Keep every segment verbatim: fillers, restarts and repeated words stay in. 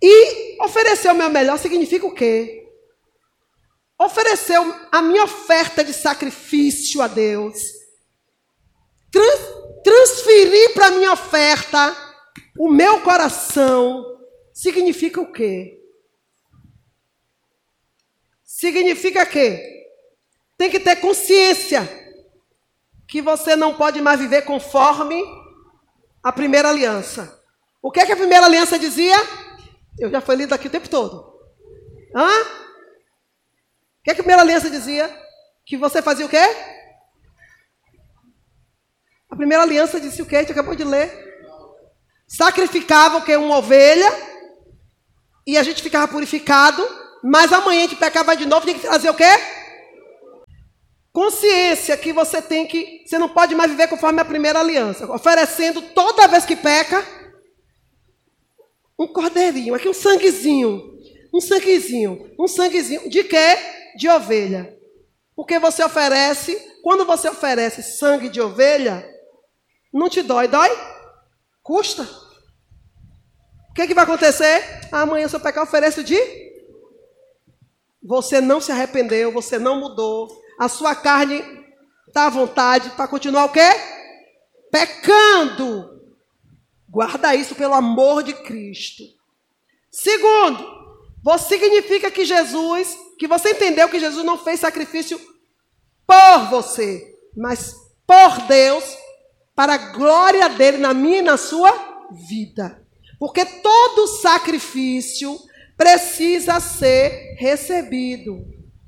E oferecer o meu melhor significa o quê? Oferecer a minha oferta de sacrifício a Deus. Trans, transferir para a minha oferta o meu coração significa o quê? Significa que tem que ter consciência que você não pode mais viver conforme a primeira aliança. O que é que a primeira aliança dizia? Eu já fui lido aqui o tempo todo. Hã? O que é que a primeira aliança dizia? Que você fazia o quê? A primeira aliança disse o quê? A gente acabou de ler. Sacrificava o quê? Uma ovelha. E a gente ficava purificado. Mas amanhã a gente pecava de novo. Tinha que fazer o quê? Consciência que você tem que... Você não pode mais viver conforme a primeira aliança. Oferecendo toda vez que peca... Um cordeirinho. Aqui um sanguezinho. Um sanguezinho. Um sanguezinho. De quê? De ovelha. Porque você oferece... Quando você oferece sangue de ovelha... Não te dói, dói? Custa. O que, é que vai acontecer? Amanhã, se eu pecar, eu ofereço de... Você não se arrependeu, você não mudou. A sua carne está à vontade para continuar o quê? Pecando. Guarda isso pelo amor de Cristo. Segundo, você significa que Jesus... Que você entendeu que Jesus não fez sacrifício por você, mas por Deus... Para a glória dele na minha e na sua vida. Porque todo sacrifício precisa ser recebido.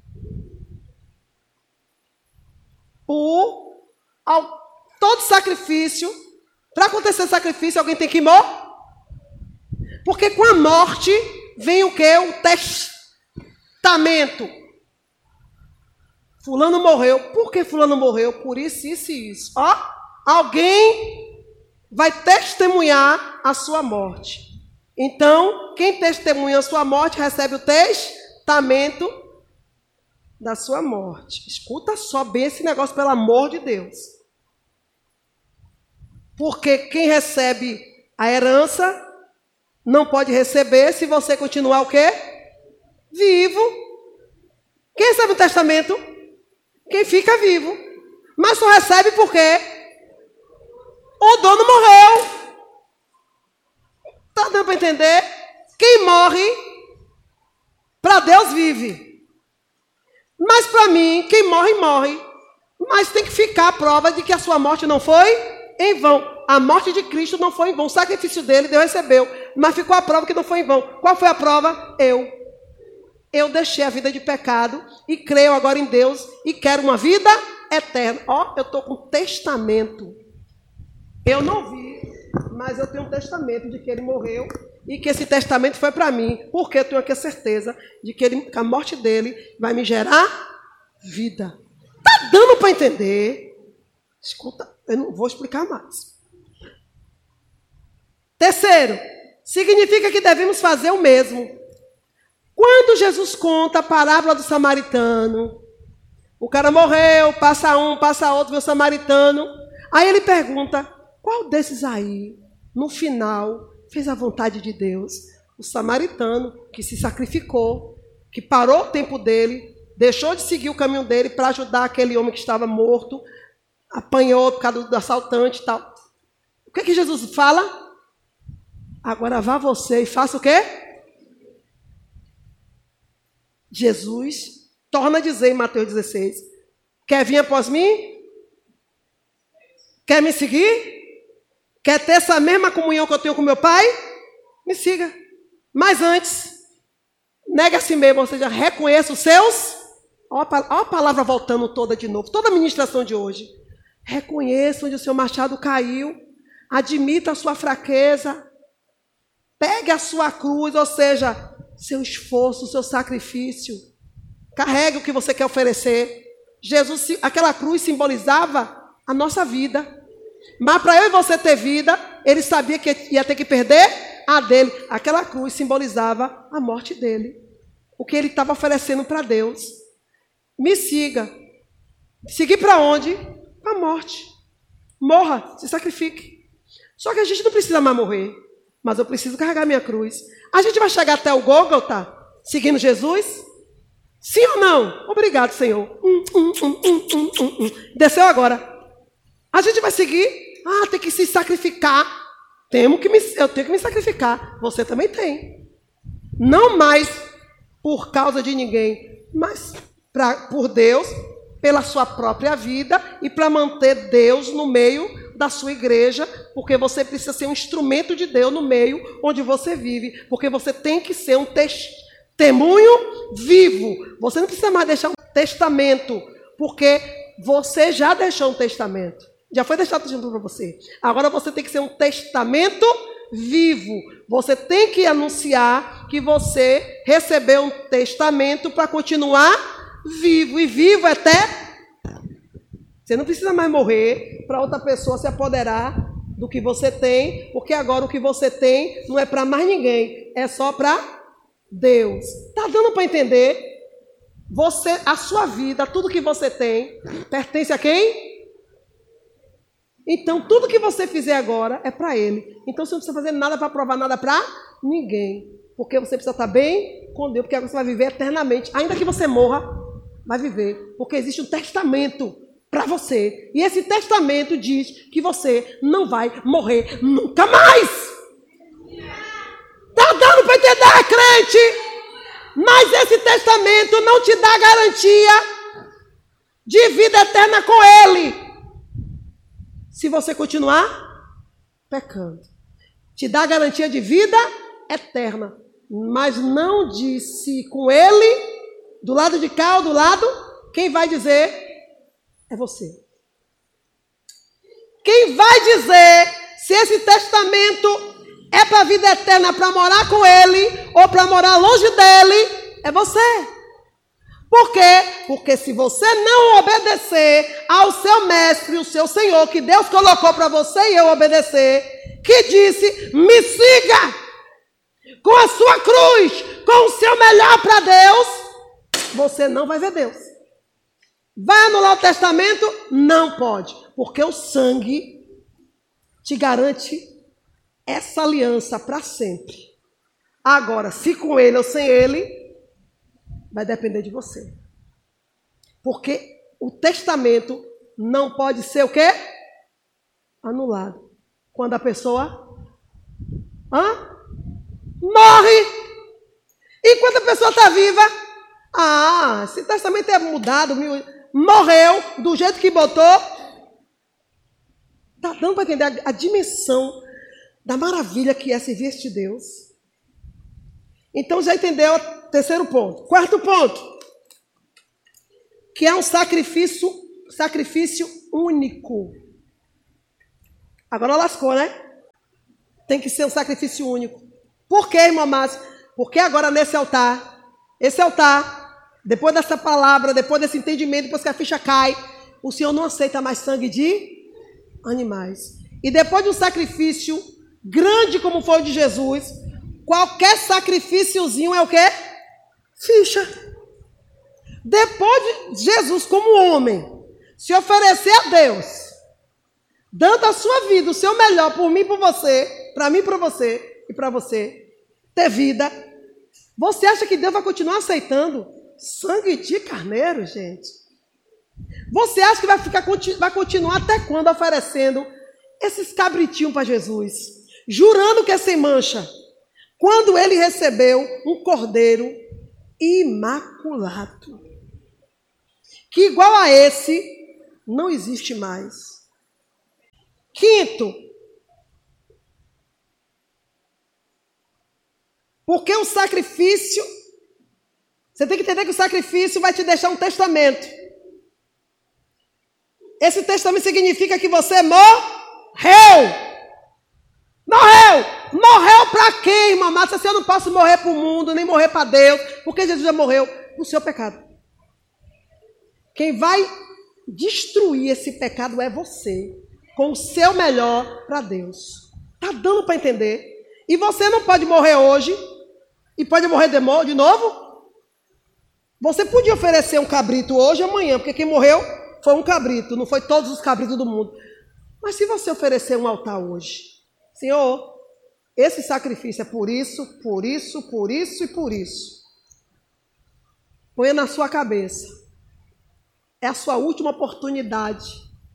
Por ao, todo sacrifício, para acontecer sacrifício, alguém tem que morrer. Porque com a morte vem o quê? O testamento. Fulano morreu. Por que fulano morreu? Por isso, isso e isso. Ó. Alguém vai testemunhar a sua morte. Então, quem testemunha a sua morte recebe o testamento da sua morte. Escuta só bem esse negócio, pelo amor de Deus. Porque quem recebe a herança não pode receber se você continuar o quê? Vivo. Quem recebe o testamento? Quem fica vivo. Mas só recebe por quê? O dono morreu. Está dando para entender? Quem morre, para Deus vive. Mas para mim, quem morre, morre. Mas tem que ficar a prova de que a sua morte não foi em vão. A morte de Cristo não foi em vão. O sacrifício dele, Deus recebeu. Mas ficou a prova que não foi em vão. Qual foi a prova? Eu. Eu deixei a vida de pecado e creio agora em Deus e quero uma vida eterna. Ó, eu estou com testamento. Eu não vi, mas eu tenho um testamento de que ele morreu e que esse testamento foi para mim, porque eu tenho aqui a certeza de que, ele, que a morte dele vai me gerar vida. Está dando para entender? Escuta, eu não vou explicar mais. Terceiro, significa que devemos fazer o mesmo. Quando Jesus conta a parábola do samaritano, o cara morreu, passa um, passa outro, vê o samaritano, aí ele pergunta... Qual desses aí, no final, fez a vontade de Deus? O samaritano que se sacrificou, que parou o tempo dele, deixou de seguir o caminho dele para ajudar aquele homem que estava morto, apanhou por causa do assaltante e tal. O que é que Jesus fala? Agora vá você e faça o quê? Jesus torna a dizer em Mateus dezesseis, quer vir após mim? Quer me seguir? Quer ter essa mesma comunhão que eu tenho com meu pai? Me siga. Mas antes, nega a si mesmo, ou seja, reconheça os seus... Olha a palavra voltando toda de novo, toda a ministração de hoje. Reconheça onde o seu machado caiu, admita a sua fraqueza, pegue a sua cruz, ou seja, seu esforço, seu sacrifício. Carregue o que você quer oferecer. Jesus, aquela cruz simbolizava a nossa vida. Mas para eu e você ter vida, ele sabia que ia ter que perder a dele. Aquela cruz simbolizava a morte dele. O que ele estava oferecendo para Deus. Me siga. Seguir para onde? Para a morte. Morra, se sacrifique. Só que a gente não precisa mais morrer. mas eu preciso carregar minha cruz. A gente vai chegar até o Gólgota seguindo Jesus? Sim ou não? Obrigado, Senhor. Hum, hum, hum, hum, hum, hum, hum. Desceu agora. A gente vai seguir? Ah, tem que se sacrificar. Temo que me, eu tenho que me sacrificar. Você também tem. Não mais por causa de ninguém, mas pra, por Deus, pela sua própria vida e para manter Deus no meio da sua igreja, porque você precisa ser um instrumento de Deus no meio onde você vive, porque você tem que ser um testemunho vivo. Você não precisa mais deixar um testamento, porque você já deixou um testamento. Já foi deixado testamento para você. Agora você tem que ser um testamento vivo. Você tem que anunciar que você recebeu um testamento para continuar vivo. E vivo até... Você não precisa mais morrer para outra pessoa se apoderar do que você tem, porque agora o que você tem não é para mais ninguém, é só para Deus. Está dando para entender? Você, a sua vida, tudo que você tem, pertence a quem? Então, tudo que você fizer agora é para Ele. Então, você não precisa fazer nada para provar nada para ninguém. Porque você precisa estar bem com Deus, porque agora você vai viver eternamente. Ainda que você morra, vai viver. Porque existe um testamento para você. E esse testamento diz que você não vai morrer nunca mais. Está dando para entender, crente? Mas esse testamento não te dá garantia de vida eterna com Ele. Se você continuar pecando. Te dá garantia de vida eterna. Mas não disse com Ele, do lado de cá ou do lado, quem vai dizer é você. Quem vai dizer se esse testamento é para a vida eterna, para morar com Ele, ou para morar longe dEle, é você. Por quê? Porque se você não obedecer ao seu mestre, o seu Senhor, que Deus colocou para você e eu obedecer, que disse, me siga com a sua cruz, com o seu melhor para Deus, você não vai ver Deus. Vai anular o testamento? Não pode, porque o sangue te garante essa aliança para sempre. Agora, se com ele ou sem ele, vai depender de você. Porque o testamento não pode ser o quê? Anulado. Quando a pessoa hã? morre. Enquanto a pessoa está viva, ah, esse testamento é mudado, morreu do jeito que botou. Está dando para entender a, a dimensão da maravilha que é servir este Deus. Então já entendeu o terceiro ponto. Quarto ponto, que é um sacrifício, sacrifício único. Agora lascou, né? Tem que ser um sacrifício único. Por quê, irmã Márcia? Porque agora nesse altar, esse altar, depois dessa palavra, depois desse entendimento, depois que a ficha cai, o Senhor não aceita mais sangue de animais. E depois de um sacrifício grande como foi o de Jesus, qualquer sacrifíciozinho é o quê? Ficha. Depois de Jesus, como homem, se oferecer a Deus, dando a sua vida, o seu melhor por mim e por você, para mim e para você, e para você ter vida, você acha que Deus vai continuar aceitando sangue de carneiro, gente? Você acha que vai, ficar, vai continuar até quando oferecendo esses cabritinhos para Jesus, jurando que é sem mancha, quando ele recebeu um cordeiro imaculado, que igual a esse não existe mais. Quinto, porque o sacrifício, você tem que entender que o sacrifício vai te deixar um testamento. Esse testamento significa que você morreu. Morreu. Morreu para quem, irmã Márcia? Se eu não posso morrer para o mundo, nem morrer para Deus, porque Jesus já morreu no seu pecado. Quem vai destruir esse pecado é você, com o seu melhor para Deus. Está dando para entender? E você não pode morrer hoje e pode morrer de novo? Você podia oferecer um cabrito hoje ou amanhã, porque quem morreu foi um cabrito, não foi todos os cabritos do mundo. Mas se você oferecer um altar hoje, Senhor, esse sacrifício é por isso, por isso, por isso e por isso. Ponha na sua cabeça. É a sua última oportunidade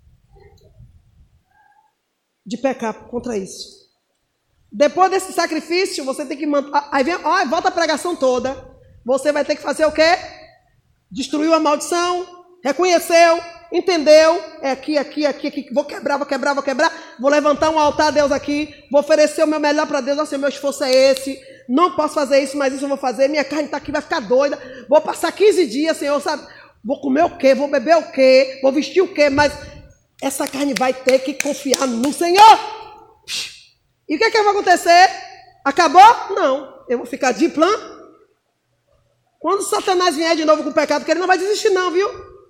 de pecar contra isso. Depois desse sacrifício, você tem que manter. Aí vem, ó, volta a pregação toda. Você vai ter que fazer o quê? Destruiu a maldição, reconheceu, entendeu. É aqui, aqui, aqui, aqui. Vou quebrar, vou quebrar, vou quebrar. Vou levantar um altar a Deus aqui. Vou oferecer o meu melhor para Deus. Nossa, meu esforço é esse. Não posso fazer isso, mas isso eu vou fazer. Minha carne está aqui, vai ficar doida. Vou passar quinze dias, Senhor, sabe? Vou comer o quê? Vou beber o quê? Vou vestir o quê? Mas essa carne vai ter que confiar no Senhor. E o que é que vai acontecer? Acabou? Não. Eu vou ficar de plano. Quando Satanás vier de novo com o pecado, porque ele não vai desistir não, viu?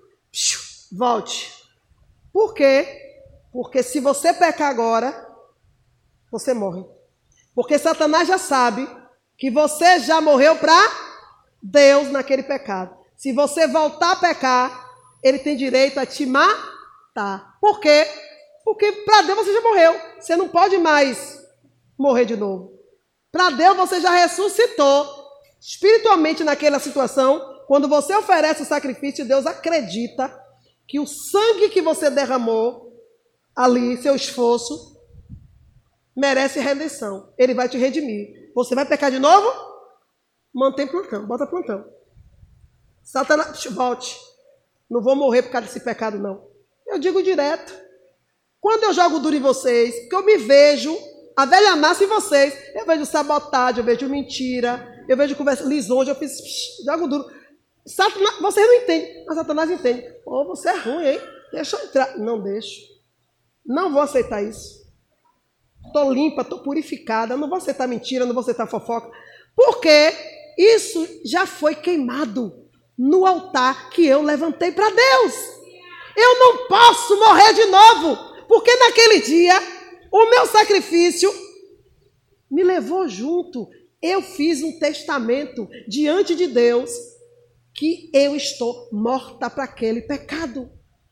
Volte. Por quê? Porque se você pecar agora, você morre. Porque Satanás já sabe que você já morreu para Deus naquele pecado. Se você voltar a pecar, ele tem direito a te matar. Por quê? Porque para Deus você já morreu. Você não pode mais morrer de novo. Para Deus você já ressuscitou. Espiritualmente naquela situação, quando você oferece o sacrifício, Deus acredita que o sangue que você derramou ali, seu esforço, merece redenção. Ele vai te redimir. Você vai pecar de novo? Mantém plantão, bota plantão. Satanás, volte. Não vou morrer por causa desse pecado, não. Eu digo direto. Quando eu jogo duro em vocês, que eu me vejo, a velha massa em vocês, eu vejo sabotagem, eu vejo mentira, eu vejo conversa lisonja, eu fiz, psh, jogo duro. Satanás, vocês não entendem, mas Satanás entende. Oh, você é ruim, hein? Deixa eu entrar. Não deixo. Não vou aceitar isso. Estou limpa, estou purificada, não vou aceitar mentira, não vou aceitar fofoca. Porque isso já foi queimado no altar que eu levantei para Deus. Eu não posso morrer de novo, porque naquele dia o meu sacrifício me levou junto. Eu fiz um testamento diante de Deus que eu estou morta para aquele pecado.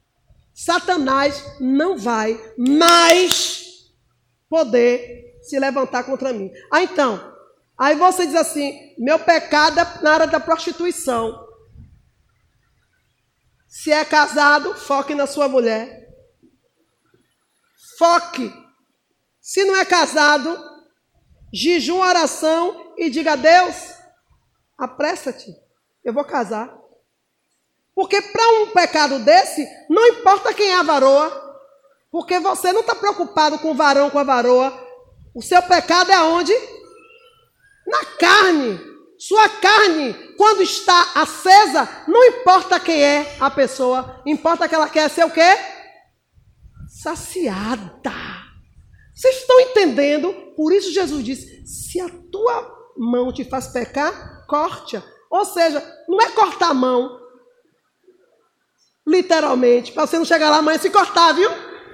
Satanás não vai mais poder se levantar contra mim. Ah, então, aí você diz assim, meu pecado é na área da prostituição. Se é casado, foque na sua mulher. Foque. Se não é casado, jejum, oração e diga a Deus, apressa-te, eu vou casar. Porque para um pecado desse, não importa quem é a varoa, porque você não está preocupado com o varão, com a varoa. O seu pecado é aonde? Na carne. Sua carne, quando está acesa, não importa quem é a pessoa, importa que ela quer ser o quê? Saciada. Vocês estão entendendo? Por isso Jesus disse, se a tua mão te faz pecar, corte-a. Ou seja, não é cortar a mão, literalmente, para você não chegar lá amanhã e se cortar, viu?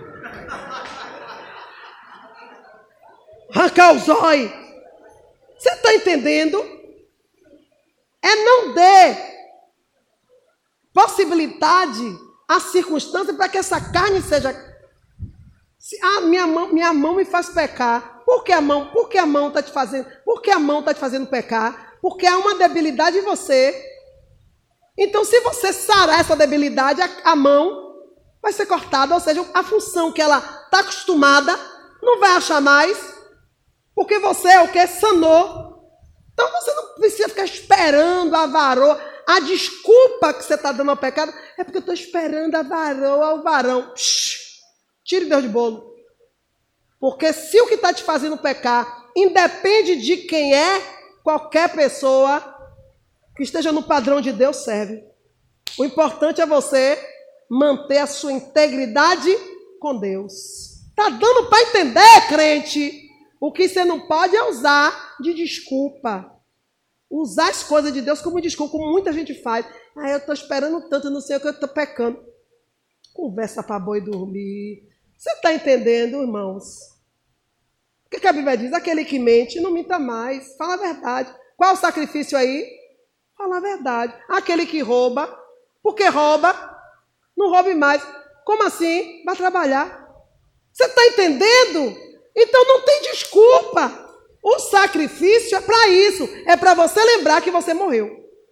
Arrancar os olhos. Você está entendendo? É não dê possibilidade à circunstância para que essa carne seja... Se, ah, minha mão, minha mão me faz pecar. Por que a mão? Por que a mão está te fazendo? Por que a mão está te fazendo pecar? Porque há uma debilidade em você. Então, se você sarar essa debilidade, a, a mão vai ser cortada, ou seja, a função que ela está acostumada não vai achar mais, porque você é o que? Sanou. Então, você não precisa ficar esperando a varoa. A desculpa que você está dando ao pecado é porque eu estou esperando a varoa, o varão. Psh, tire Deus de bolo. Porque se o que está te fazendo pecar independe de quem é, qualquer pessoa que esteja no padrão de Deus serve. O importante é você manter a sua integridade com Deus. Está dando para entender, crente? O que você não pode é usar de desculpa. Usar as coisas de Deus como desculpa, como muita gente faz. Ah, eu estou esperando tanto, não sei o que eu estou pecando. Conversa para boi dormir. Você está entendendo, irmãos? O que a Bíblia diz? Aquele que mente, não minta mais. Fala a verdade. Qual é o sacrifício aí? Fala a verdade. Aquele que rouba, porque rouba, não roube mais. Como assim? Vai trabalhar. Você está entendendo? Então não tem desculpa. O sacrifício é para isso, é para você lembrar que você morreu.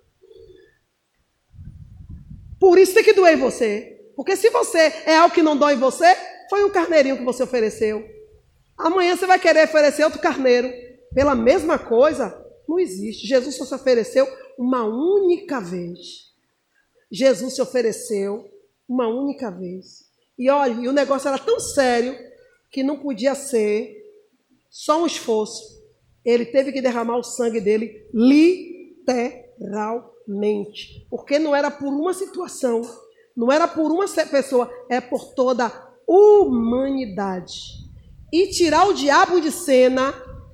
Por isso tem que doer em você. Porque se você é algo que não dói em você, foi um carneirinho que você ofereceu. Amanhã você vai querer oferecer outro carneiro. Pela mesma coisa, não existe. Jesus só se ofereceu uma única vez. Jesus se ofereceu uma única vez. E olha, e o negócio era tão sério que não podia ser só um esforço. Ele teve que derramar o sangue dele literalmente. Porque não era por uma situação, não era por uma pessoa, é por toda a humanidade. E tirar o diabo de cena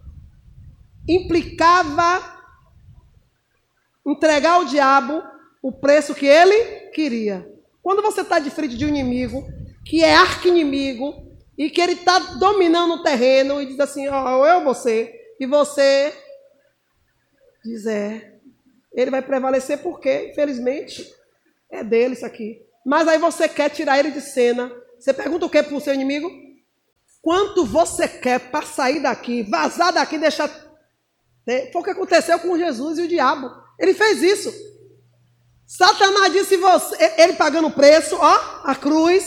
implicava entregar ao diabo o preço que ele queria. Quando você está de frente de um inimigo, que é arqui-inimigo, e que ele está dominando o terreno, e diz assim, ó, oh, eu você, e você diz, é, ele vai prevalecer porque, infelizmente, é dele isso aqui. Mas aí você quer tirar ele de cena. Você pergunta o que para o seu inimigo? Quanto você quer para sair daqui, vazar daqui, deixar... Foi o que aconteceu com Jesus e o diabo. Ele fez isso. Satanás disse, você, ele pagando o preço, ó, a cruz.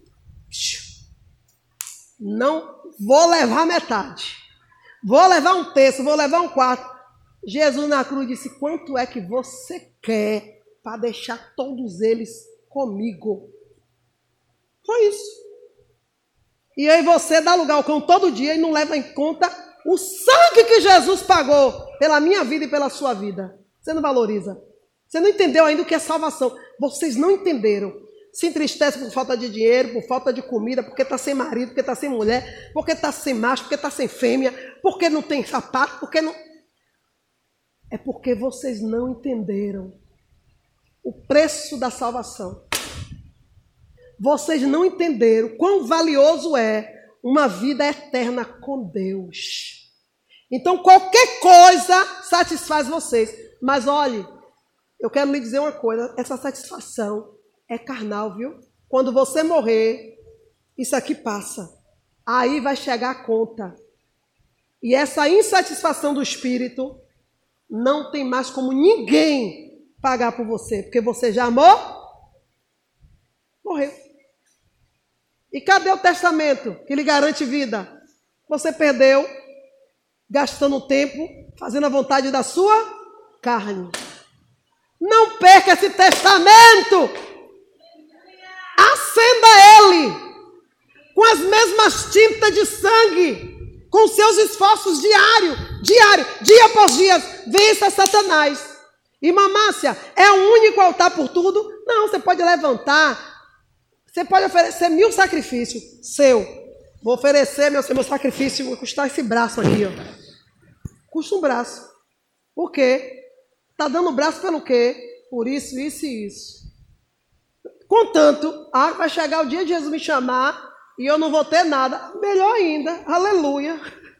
Não vou levar metade. Vou levar um terço, vou levar um quarto. Jesus na cruz disse, quanto é que você quer para deixar todos eles comigo? Foi isso. E aí você dá lugar ao cão todo dia e não leva em conta o sangue que Jesus pagou pela minha vida e pela sua vida. Você não valoriza. Você não entendeu ainda o que é salvação. Vocês não entenderam. Se entristece por falta de dinheiro, por falta de comida, porque está sem marido, porque está sem mulher, porque está sem macho, porque está sem fêmea, porque não tem sapato, porque não... É porque vocês não entenderam o preço da salvação. Vocês não entenderam quão valioso é uma vida eterna com Deus. Então qualquer coisa satisfaz vocês. Mas olhe, eu quero lhe dizer uma coisa, essa satisfação é carnal, viu? Quando você morrer, isso aqui passa. Aí vai chegar a conta. E essa insatisfação do espírito não tem mais como ninguém pagar por você, porque você já amou, morreu. E cadê o testamento que lhe garante vida? Você perdeu, gastando tempo, fazendo a vontade da sua carne. Não perca esse testamento. Acenda ele com as mesmas tintas de sangue, com seus esforços diários, diário, dia após dia, vença Satanás. E Mamácia, é o único altar por tudo? Não, você pode levantar, você pode oferecer mil sacrifícios, seu. Vou oferecer meu, meu sacrifício, vou custar esse braço aqui, ó. Custa um braço. Por quê? Está dando o braço pelo quê? Por isso, isso e isso. Contanto, ah, vai chegar o dia de Jesus me chamar e eu não vou ter nada. Melhor ainda, aleluia.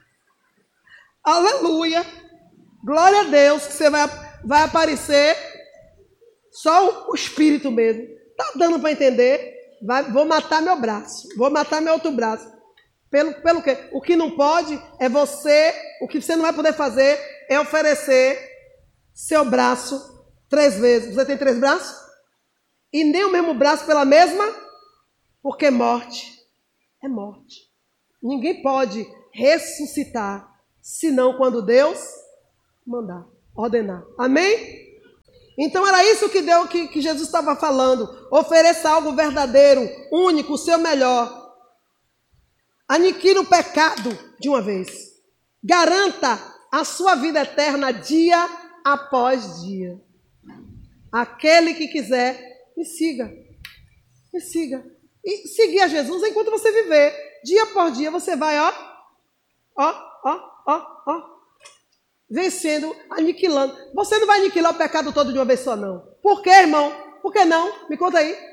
Aleluia. Glória a Deus, que você vai, vai aparecer só o, o espírito mesmo. Está dando para entender? Vai, vou matar meu braço, vou matar meu outro braço. Pelo, pelo quê? O que não pode é você, o que você não vai poder fazer é oferecer seu braço três vezes. Você tem três braços? E nem o mesmo braço pela mesma, porque morte é morte. Ninguém pode ressuscitar, senão quando Deus mandar, ordenar. Amém? Então era isso que, Deus, que, que Jesus estava falando. Ofereça algo verdadeiro, único, o seu melhor. Aniquile o pecado de uma vez. Garanta a sua vida eterna dia após dia. Aquele que quiser, me siga. Me siga. E seguir a Jesus enquanto você viver. Dia por dia você vai, ó, ó, ó, ó, ó, vencendo, aniquilando. Você não vai aniquilar o pecado todo de uma vez só, não. Por quê, irmão? Por que não? Me conta aí.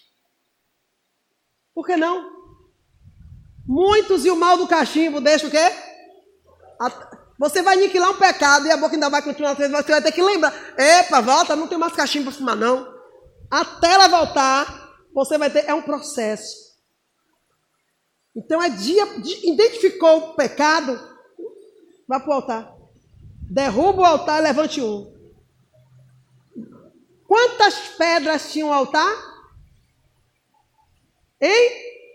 Por que não? Muitos e o mal do cachimbo deixa o quê? Você vai aniquilar um pecado e a boca ainda vai continuar. Você vai ter que lembrar. Epa, volta, não tem mais cachimbo para fumar, não. Até ela voltar, você vai ter... É um processo. Então, é dia... Identificou o pecado, Vá para o altar. Derruba o altar e levante um. Quantas pedras tinha o altar? Hein?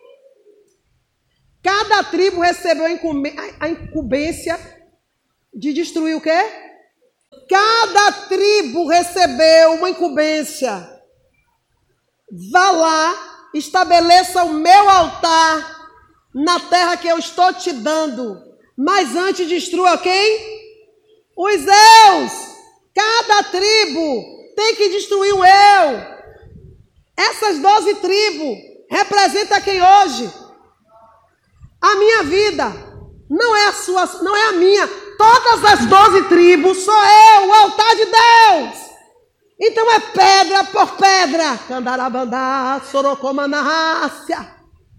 Cada tribo recebeu a incumbência de destruir o quê? Cada tribo recebeu uma incumbência. Vá lá, estabeleça o meu altar na terra que eu estou te dando. Mas antes destrua quem? Os eus. Cada tribo tem que destruir um eu. Essas doze tribos representam quem hoje? A minha vida. Não é a sua, não é a minha. Todas as doze tribos sou eu, o altar de Deus. Então é pedra por pedra. Candarabandá, sorocomanarrácia.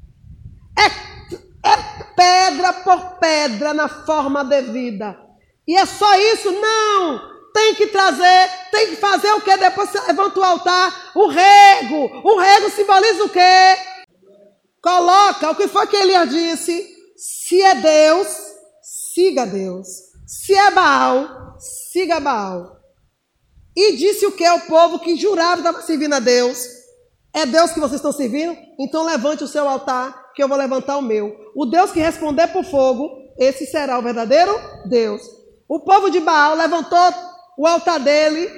É, é pedra por pedra na forma devida. E é só isso? Não. Tem que trazer, tem que fazer o quê? Depois você levanta o altar, o rego. O rego simboliza o quê? Coloca, o que foi que Elias disse? Se é Deus, siga Deus. Se é Baal, siga Baal. E disse o que? O povo que jurava que estava servindo a Deus. É Deus que vocês estão servindo? Então levante o seu altar, que eu vou levantar o meu. O Deus que responder por fogo, esse será o verdadeiro Deus. O povo de Baal levantou o altar dele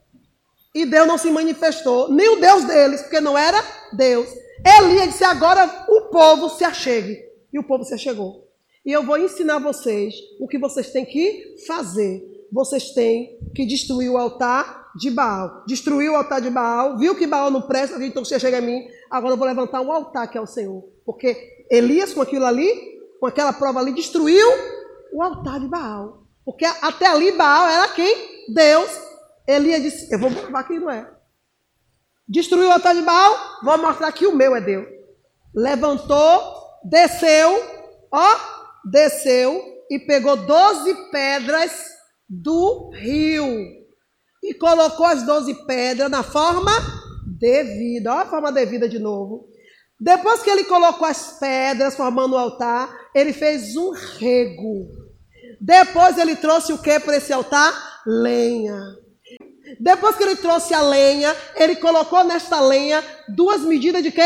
e Deus não se manifestou. Nem o Deus deles, porque não era Deus. Elias disse, agora o povo se achegue. E o povo se achegou. E eu vou ensinar vocês o que vocês têm que fazer. Vocês têm que destruir o altar de Baal. Destruir o altar de Baal. Viu que Baal não presta, então você chega a mim. Agora eu vou levantar um altar que é o Senhor. Porque Elias com aquilo ali, com aquela prova ali, destruiu o altar de Baal. Porque até ali Baal era quem? Deus. Elias disse, eu vou provar que não é. Destruiu o altar de Baal, vou mostrar que o meu é Deus. Levantou, desceu, ó, desceu e pegou doze pedras do rio e colocou as doze pedras na forma devida. Ó a forma devida de novo. Depois que ele colocou as pedras formando o altar, ele fez um rego. Depois ele trouxe o que para esse altar? Lenha. Depois que ele trouxe a lenha, ele colocou nesta lenha duas medidas de quê?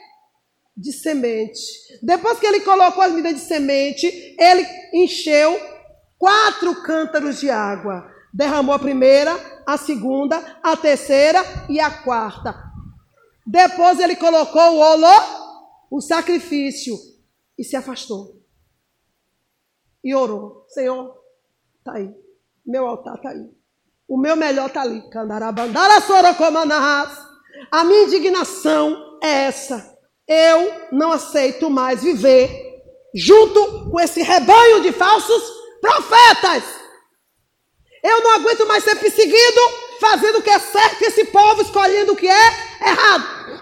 De semente. Depois que ele colocou as medidas de semente, ele encheu quatro cântaros de água. Derramou a primeira, a segunda, a terceira e a quarta. Depois ele colocou o olo, o sacrifício, e se afastou. E orou. Senhor, está aí. Meu altar está aí. O meu melhor está ali. A minha indignação é essa. Eu não aceito mais viver junto com esse rebanho de falsos profetas. Eu não aguento mais ser perseguido, fazendo o que é certo, esse povo escolhendo o que é errado.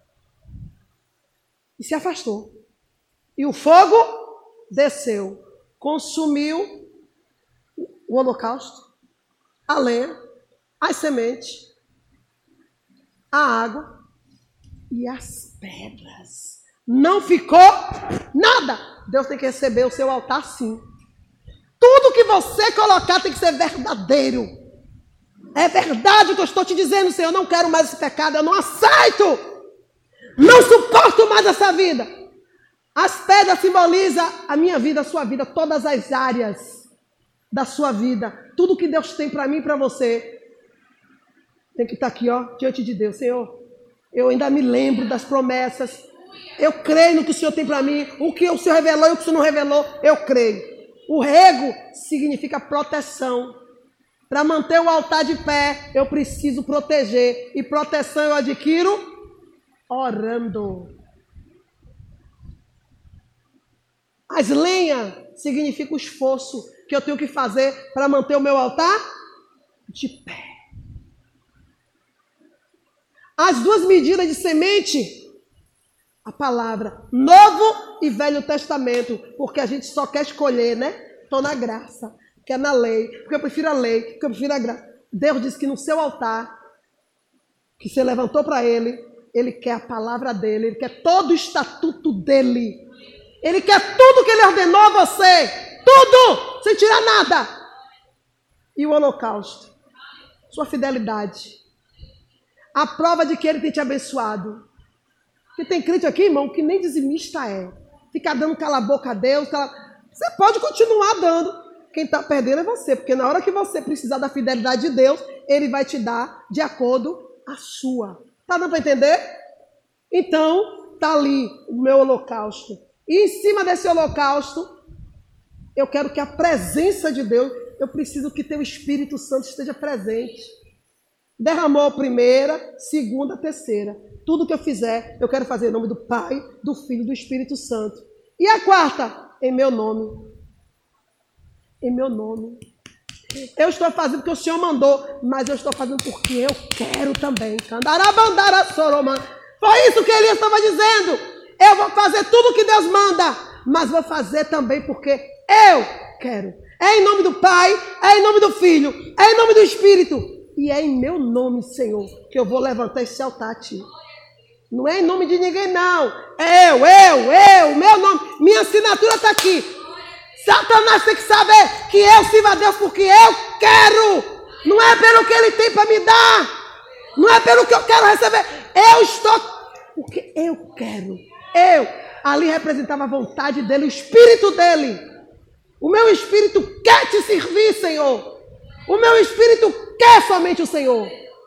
E se afastou. E o fogo desceu. Consumiu o holocausto, a lenha, as sementes, a água e as pedras. Não ficou nada. Deus tem que receber o seu altar sim. Tudo que você colocar tem que ser verdadeiro. É verdade o que eu estou te dizendo, Senhor. Eu não quero mais esse pecado, eu não aceito. Não suporto mais essa vida. As pedras simbolizam a minha vida, a sua vida, todas as áreas da sua vida. Tudo que Deus tem para mim e para você tem que estar aqui, ó, diante de Deus. Senhor, eu ainda me lembro das promessas. Eu creio no que o Senhor tem para mim. O que o Senhor revelou e o que o Senhor não revelou, eu creio. O rego significa proteção. Para manter o altar de pé, eu preciso proteger. E proteção eu adquiro orando. As lenhas significa o esforço que eu tenho que fazer para manter o meu altar de pé. As duas medidas de semente, a palavra Novo e Velho Testamento, porque a gente só quer escolher, né? Estou na graça, quer na lei, porque eu prefiro a lei, porque eu prefiro a graça. Deus diz que no seu altar, que você levantou para ele, ele quer a palavra dele, ele quer todo o estatuto dele. Ele quer tudo que ele ordenou a você. tudo, sem tirar nada. E o holocausto, sua fidelidade, a prova de que ele tem te abençoado. Porque tem crente aqui, irmão, que nem dizimista é. Fica dando cala a boca a Deus. Cala... Você pode continuar dando. Quem está perdendo é você, porque na hora que você precisar da fidelidade de Deus, ele vai te dar de acordo a sua. Tá dando para entender? Então, tá ali o meu holocausto. E em cima desse holocausto, eu quero que a presença de Deus, eu preciso que teu Espírito Santo esteja presente. Derramou a primeira, segunda, terceira. Tudo que eu fizer, eu quero fazer em nome do Pai, do Filho e do Espírito Santo. E a quarta, em meu nome. Em meu nome. Eu estou fazendo porque o Senhor mandou, mas eu estou fazendo porque eu quero também. Candarabandara soroma. Foi isso que Elias estava dizendo. Eu vou fazer tudo o que Deus manda, mas vou fazer também porque eu quero. É em nome do Pai, é em nome do Filho, é em nome do Espírito. E é em meu nome, Senhor, que eu vou levantar esse altar a Ti. Não é em nome de ninguém, não. É eu, eu, eu, meu nome. Minha assinatura está aqui. Satanás tem que saber que eu sirvo a Deus porque eu quero. Não é pelo que Ele tem para me dar. Não é pelo que eu quero receber. Eu estou porque eu quero. Eu. Ali representava a vontade dEle, o Espírito dEle. O meu Espírito quer te servir, Senhor. O meu Espírito quer somente o Senhor.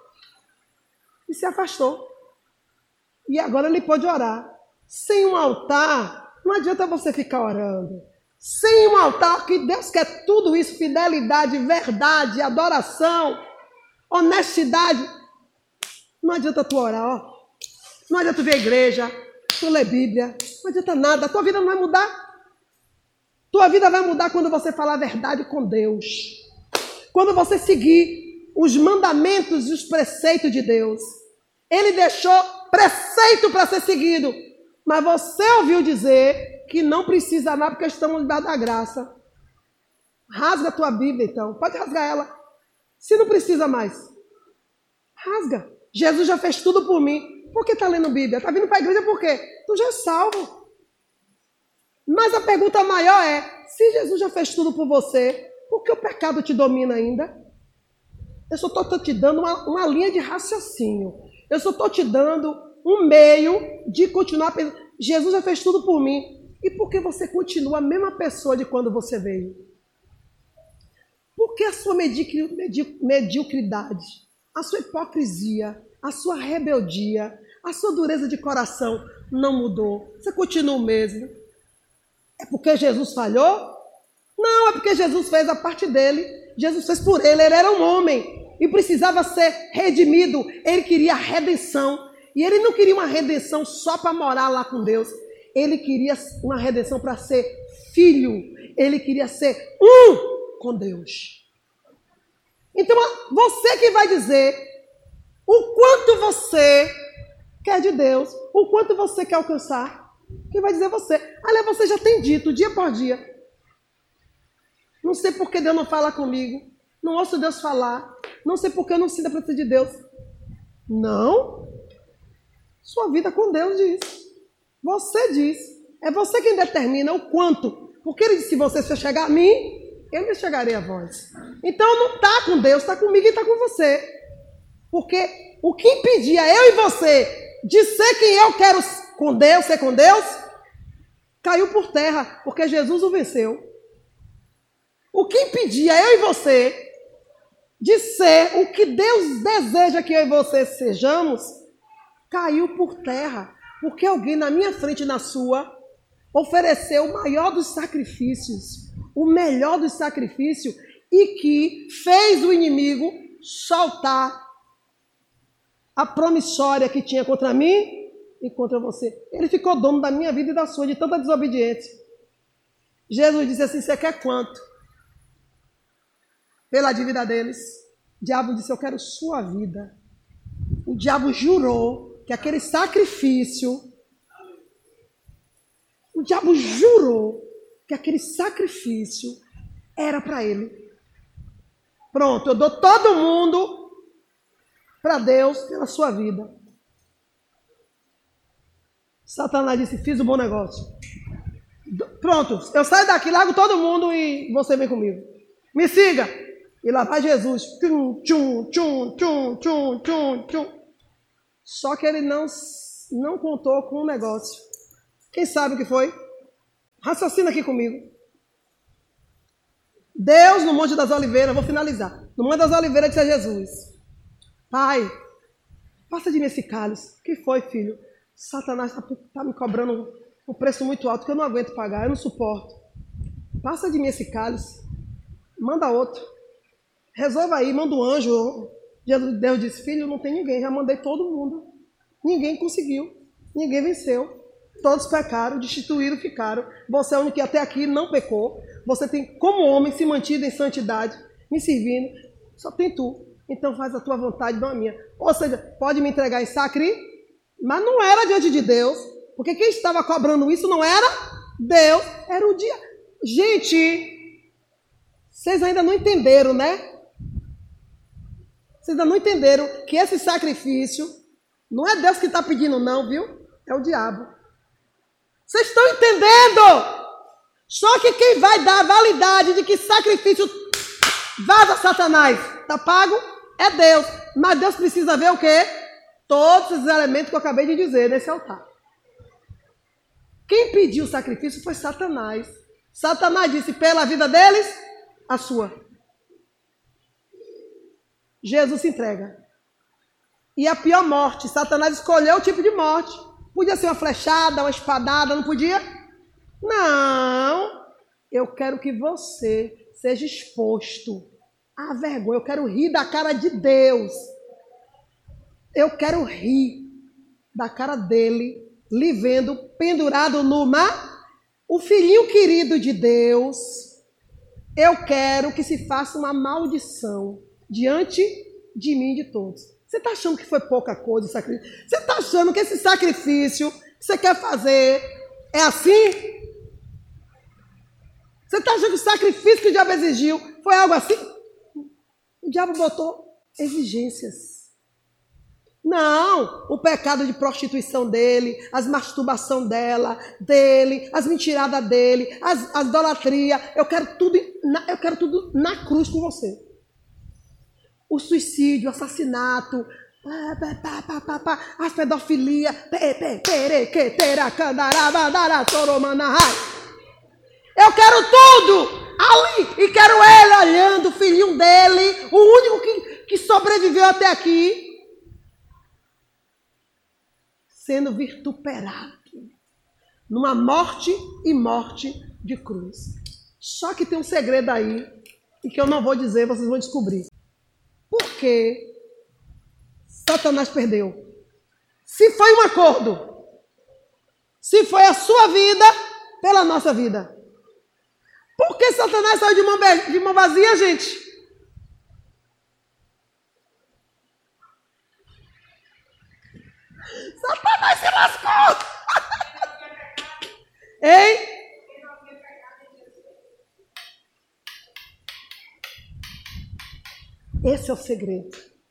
E se afastou. E agora ele pode orar. Sem um altar, não adianta você ficar orando. Sem um altar, que Deus quer tudo isso, fidelidade, verdade, adoração, honestidade. Não adianta tu orar, ó. Não adianta tu ver a igreja, tu ler Bíblia, não adianta nada. A tua vida não vai mudar. Tua vida vai mudar quando você falar a verdade com Deus. Quando você seguir os mandamentos e os preceitos de Deus. Ele deixou preceito para ser seguido. Mas você ouviu dizer que não precisa mais porque estamos debaixo da graça. Rasga a tua Bíblia, então. Pode rasgar ela. Se não precisa mais. Rasga. Jesus já fez tudo por mim. Por que está lendo Bíblia? Está vindo para a igreja por quê? Tu já é salvo. Mas a pergunta maior é, se Jesus já fez tudo por você, por que o pecado te domina ainda? Eu só estou te dando uma, uma linha de raciocínio. Eu só estou te dando um meio de continuar pensando. Jesus já fez tudo por mim. E por que você continua a mesma pessoa de quando você veio? Por que a sua medicri, medi, mediocridade, a sua hipocrisia, a sua rebeldia, a sua dureza de coração não mudou? Você continua o mesmo? É porque Jesus falhou? Não, é porque Jesus fez a parte dele. Jesus fez por ele, ele era um homem e precisava ser redimido. Ele queria redenção. E ele não queria uma redenção só para morar lá com Deus. Ele queria uma redenção para ser filho. Ele queria ser um com Deus. Então, você que vai dizer o quanto você quer de Deus, o quanto você quer alcançar. Quem vai dizer você? Aliás, você já tem dito dia por dia. Não sei por que Deus não fala comigo. Não ouço Deus falar. Não sei por que eu não sinto a presença de Deus. Não. Sua vida com Deus diz. Você diz. É você quem determina o quanto. Porque ele disse, se você se chegar a mim, eu me chegarei a vós. Então não está com Deus, está comigo e está com você. Porque o que impedia eu e você de ser quem eu quero com Deus, ser com Deus, caiu por terra, porque Jesus o venceu. O que impedia eu e você de ser o que Deus deseja que eu e você sejamos, caiu por terra. Porque alguém na minha frente e na sua ofereceu o maior dos sacrifícios, o melhor dos sacrifícios, e que fez o inimigo soltar a promissória que tinha contra mim e contra você. Ele ficou dono da minha vida e da sua, de tanta desobediência. Jesus disse assim, você quer quanto? Pela dívida deles. O diabo disse, eu quero sua vida. O diabo jurou que aquele sacrifício, o diabo jurou que aquele sacrifício era para ele. Pronto, eu dou todo mundo para Deus pela sua vida. Satanás disse, fiz um bom negócio. Pronto, eu saio daqui, largo todo mundo e você vem comigo. Me siga. E lá vai Jesus. Tchum, tchum, tchum, tchum, tchum, tchum, tchum. Só que ele não, não contou com um negócio. Quem sabe o que foi? Raciocina aqui comigo. Deus, no Monte das Oliveiras, vou finalizar. No Monte das Oliveiras disse a Jesus: Pai, passa de mim esse cálice. O que foi, filho? Satanás está tá me cobrando um preço muito alto que eu não aguento pagar, eu não suporto. Passa de mim esse cálice. Manda outro. Resolva aí, manda um anjo. Deus disse: filho, não tem ninguém, já mandei todo mundo. Ninguém conseguiu, ninguém venceu. Todos pecaram, destituíram, ficaram. Você é o único que até aqui não pecou. Você tem, como homem, se mantido em santidade, me servindo. Só tem tu. Então faz a tua vontade, não a minha. Ou seja, pode me entregar em sacri, mas não era diante de Deus. Porque quem estava cobrando isso não era Deus, era o dia. Gente, vocês ainda não entenderam, né? Vocês ainda não entenderam que esse sacrifício não é Deus que está pedindo, não, viu? É o diabo. Vocês estão entendendo? Só que quem vai dar a validade de que sacrifício vaza Satanás, tá pago, é Deus. Mas Deus precisa ver o quê? Todos esses elementos que eu acabei de dizer nesse altar. Quem pediu o sacrifício foi Satanás. Satanás disse: pela vida deles, a sua. Jesus se entrega. E a pior morte, Satanás escolheu o tipo de morte. Podia ser uma flechada, uma espadada, não podia? Não. Eu quero que você seja exposto à vergonha. Eu quero rir da cara de Deus. Eu quero rir da cara dele, lhe vendo pendurado numa... O filhinho querido de Deus. Eu quero que se faça uma maldição diante de mim e de todos. Você está achando que foi pouca coisa o sacrifício? Você está achando que esse sacrifício que você quer fazer é assim? Você está achando que o sacrifício que o diabo exigiu foi algo assim? O diabo botou exigências. Não, o pecado de prostituição dele, as masturbação dela, dele, as mentiradas dele, as, as idolatria, eu quero tudo, na, eu quero tudo na cruz com você. O suicídio, o assassinato, a pedofilia, eu quero tudo ali, e quero ele olhando, o filhinho dele, o único que, que sobreviveu até aqui, sendo vituperado numa morte e morte de cruz. Só que tem um segredo aí, e que eu não vou dizer, vocês vão descobrir. Por que Satanás perdeu? Se foi um acordo, se foi a sua vida pela nossa vida. Por que Satanás saiu de mão, de mão vazia, gente? Satanás se lascou! Hein? Esse é o segredo.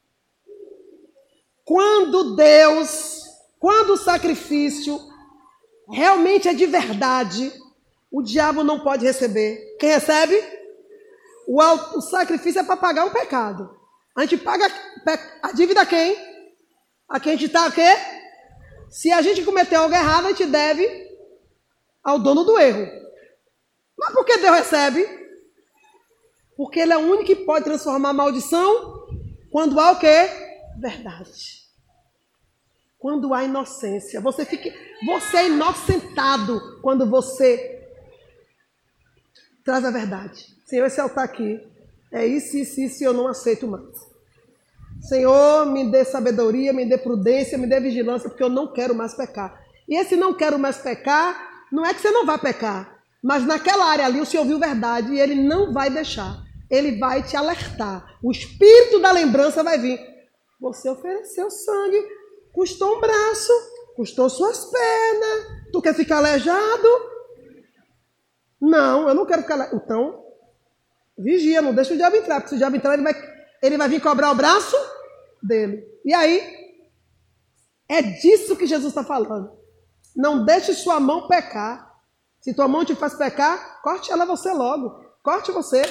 Quando Deus, quando o sacrifício realmente é de verdade, o diabo não pode receber. Quem recebe? O, o sacrifício é para pagar um pecado. A gente paga a dívida a quem? A quem a gente está o quê? Se a gente cometeu algo errado, a gente deve ao dono do erro. Mas por que Deus recebe? Porque Ele é o único que pode transformar a maldição quando há o quê? Verdade. Quando há inocência. Você, fica, você é inocentado quando você traz a verdade. Senhor, esse altar aqui é isso, isso, isso, e eu não aceito mais. Senhor, me dê sabedoria, me dê prudência, me dê vigilância, porque eu não quero mais pecar. E esse não quero mais pecar, não é que você não vai pecar, mas naquela área ali o Senhor viu verdade e Ele não vai deixar. Ele vai te alertar. O espírito da lembrança vai vir. Você ofereceu sangue, custou um braço, custou suas pernas. Tu quer ficar aleijado? Não, eu não quero ficar aleijado. Então, vigia, não deixa o diabo entrar, porque se o diabo entrar, ele vai, ele vai vir cobrar o braço dele. E aí, é disso que Jesus está falando. Não deixe sua mão pecar. Se tua mão te faz pecar, corte ela você logo. Corte você.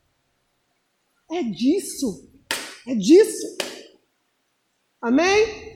É disso. É disso. Amém?